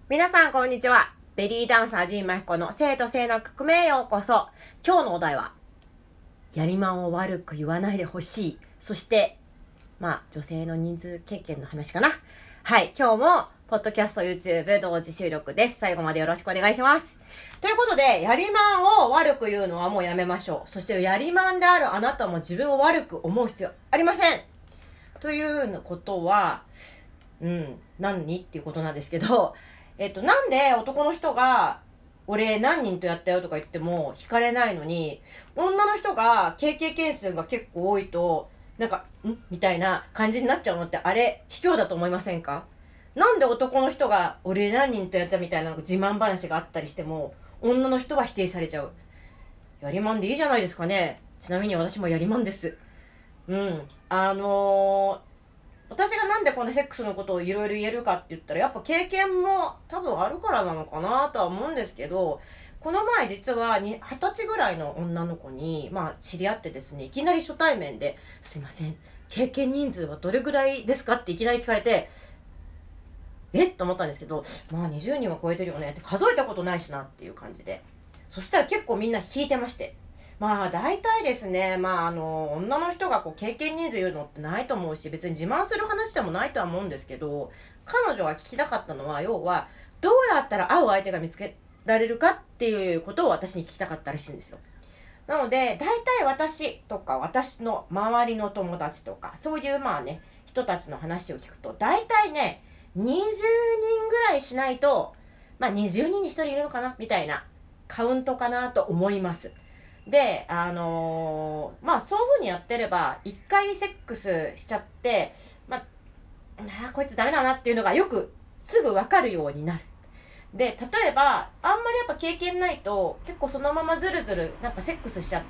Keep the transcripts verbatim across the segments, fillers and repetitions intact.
皆さんこんにちは。ベリーダンサー陣馬彦の性と性の革命へようこそ。今日のお題はやりまんを悪く言わないでほしい。そしてまあ女性の人数経験の話かな。はい、今日もポッドキャスト YouTube 同時収録です。最後までよろしくお願いします。ということで、やりまんを悪く言うのはもうやめましょう。そしてやりまんであるあなたも自分を悪く思う必要ありませんということはうん何っていうことなんですけど、えっと、なんで男の人が俺何人とやったよとか言っても惹かれないのに、女の人が経験件数が結構多いとなんかんみたいな感じになっちゃうのって、あれ卑怯だと思いませんか？なんで男の人が俺何人とやったみたいな自慢話があったりしても女の人は否定されちゃう。やりまんでいいじゃないですかね。ちなみに私もやりまんです。うんあのー私がなんでこのセックスのことをいろいろ言えるかって言ったら、やっぱ経験も多分あるからなのかなとは思うんですけど、この前実はにはたちぐらいの女の子に、まあ、知り合ってですね、いきなり初対面で、すいません、経験人数はどれぐらいですかっていきなり聞かれて、えっと思ったんですけど、まあにじゅうにんは超えてるよねって、数えたことないしなっていう感じで、そしたら結構みんな引いてまして、まあ大体ですね、まああの女の人がこう経験人数言うのってないと思うし、別に自慢する話でもないとは思うんですけど、彼女が聞きたかったのは、要はどうやったら会う相手が見つけられるかっていうことを私に聞きたかったらしいんですよ。なので大体私とか私の周りの友達とかそういうまあね人たちの話を聞くと、大体ねにじゅうにんぐらいしないと、まあにじゅうにんにひとりいるのかなみたいなカウントかなと思います。で、あのー、まあそういう風にやってれば一回セックスしちゃって、まあ、あこいつダメだなっていうのがよくすぐ分かるようになる。で、例えばあんまりやっぱ経験ないと結構そのままずるずるなんかセックスしちゃって、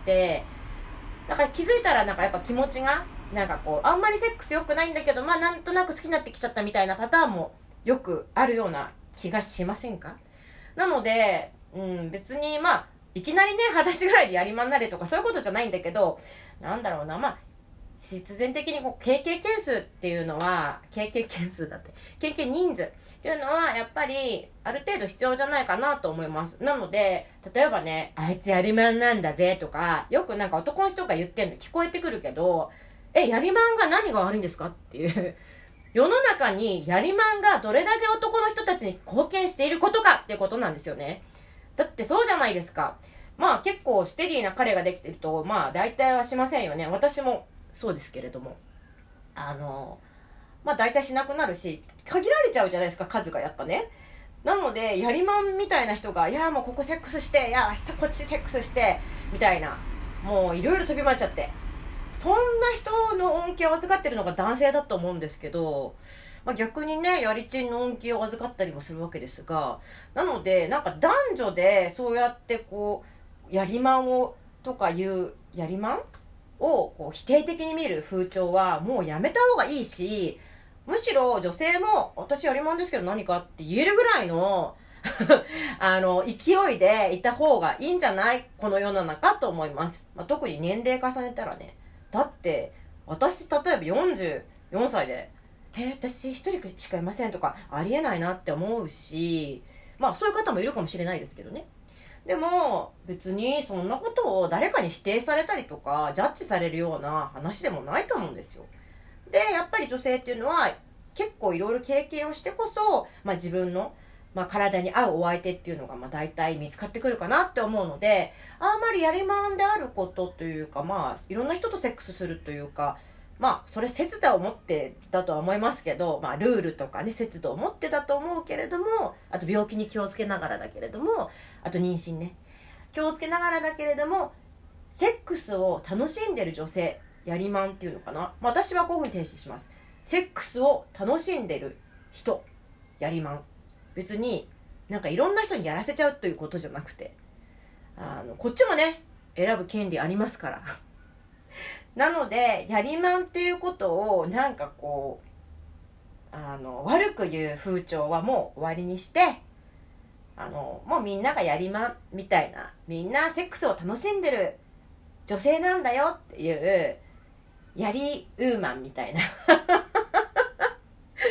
だから気づいたらなんかやっぱ気持ちがなんかこうあんまりセックス良くないんだけど、まあなんとなく好きになってきちゃったみたいなパターンもよくあるような気がしませんか？なので、うん、別にまあいきなりねはたちぐらいでやりまんなれとかそういうことじゃないんだけど、なんだろうな、まあ必然的にこう経験件数っていうのは経験件数だって経験人数っていうのはやっぱりある程度必要じゃないかなと思います。なので例えばね、あいつやりまんなんだぜとかよくなんか男の人が言ってんの聞こえてくるけど、えやりまんが何が悪いんですかっていう世の中にやりまんがどれだけ男の人たちに貢献していることかっていうことなんですよね。だってそうじゃないですか。まあ結構ステディな彼ができてるとまあ大体はしませんよね。私もそうですけれども、あのまあ大体しなくなるし、限られちゃうじゃないですか、数がやっぱね。なのでやりまんみたいな人が、いやもうここセックスして、いや明日こっちセックスしてみたいな、もういろいろ飛び回っちゃって、そんな人の恩恵を預かってるのが男性だと思うんですけど、まあ、逆にねやりちんの恩恵を預かったりもするわけですが、なのでなんか男女でそうやってこうやりまんをとかいうやりまんをこう否定的に見る風潮はもうやめた方がいいし、むしろ女性も私やりまんですけど何かって言えるぐらいのあの勢いでいた方がいいんじゃないこの世の中と思います、まあ、特に年齢重ねたらね。だって私例えばよんじゅうよんさいでえ私一人しかいませんとかありえないなって思うし、まあそういう方もいるかもしれないですけどね。でも別にそんなことを誰かに否定されたりとかジャッジされるような話でもないと思うんですよ。でやっぱり女性っていうのは結構いろいろ経験をしてこそ、まあ、自分の、まあ、体に合うお相手っていうのがまあ大体見つかってくるかなって思うので、あんまりやりまんであることというか、まあいろんな人とセックスするというか、まあそれ節度を持ってだとは思いますけど、まあルールとかね節度を持ってだと思うけれども、あと病気に気をつけながらだけれども、あと妊娠ね気をつけながらだけれども、セックスを楽しんでる女性、やりまんっていうのかな、まあ、私はこういうふうに提示します。セックスを楽しんでる人、やりまん。別になんかいろんな人にやらせちゃうということじゃなくて、あのこっちもね選ぶ権利ありますからなのでやりまんっていうことをなんかこうあの悪く言う風潮はもう終わりにして、あのもうみんながやりまんみたいな、みんなセックスを楽しんでる女性なんだよっていうやりウーマンみたいな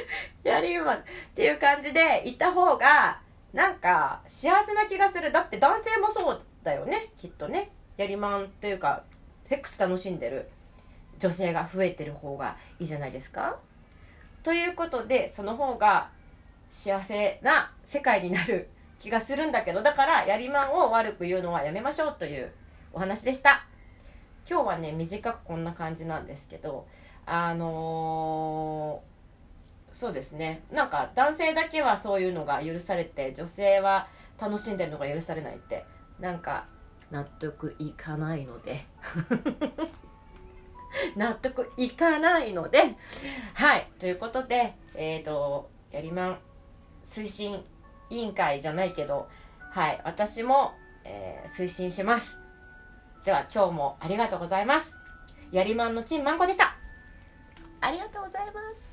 やりまんっていう感じで言った方がなんか幸せな気がする。だって男性もそうだよね、きっとね。やりまんというかセックス楽しんでる女性が増えてる方がいいじゃないですか。ということで、その方が幸せな世界になる気がするんだけど、だからやりまんを悪く言うのはやめましょうというお話でした。今日はね短くこんな感じなんですけど、あのー、そうですね、なんか男性だけはそういうのが許されて女性は楽しんでるのが許されないってなんか納得いかないので納得いかないので、はい、ということで、えっとやりまん推進委員会じゃないけど、はい、私も、えー、推進します。では今日もありがとうございます。やりまんのちんまんこでした。ありがとうございます。